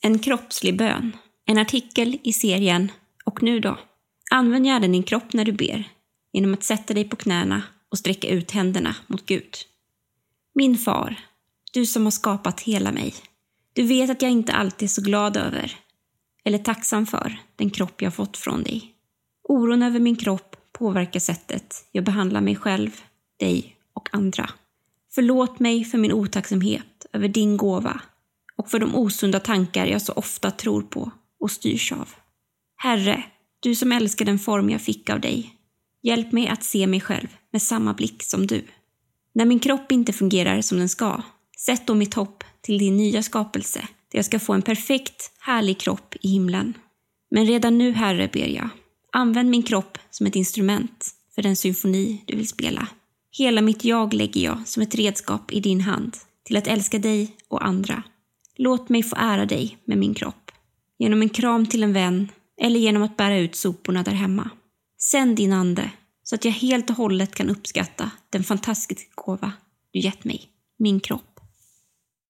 En kroppslig bön. En artikel i serien Och nu då? Använd gärna din kropp när du ber, genom att sätta dig på knäna och sträcka ut händerna mot Gud. Min far, du som har skapat hela mig. Du vet att jag inte alltid är så glad över eller tacksam för den kropp jag fått från dig. Oron över min kropp påverkar sättet jag behandlar mig själv, dig och andra. Förlåt mig för min otacksamhet över din gåva och för de osunda tankar jag så ofta tror på och styrs av. Herre, du som älskar den form jag fick av dig, hjälp mig att se mig själv med samma blick som du. När min kropp inte fungerar som den ska, sätt då mitt hopp till din nya skapelse, där jag ska få en perfekt, härlig kropp i himlen. Men redan nu, Herre, ber jag, använd min kropp som ett instrument för den symfoni du vill spela. Hela mitt jag lägger jag som ett redskap i din hand till att älska dig och andra. Låt mig få ära dig med min kropp, genom en kram till en vän eller genom att bära ut soporna där hemma. Sänd din ande så att jag helt och hållet kan uppskatta den fantastiska gåva du gett mig, min kropp.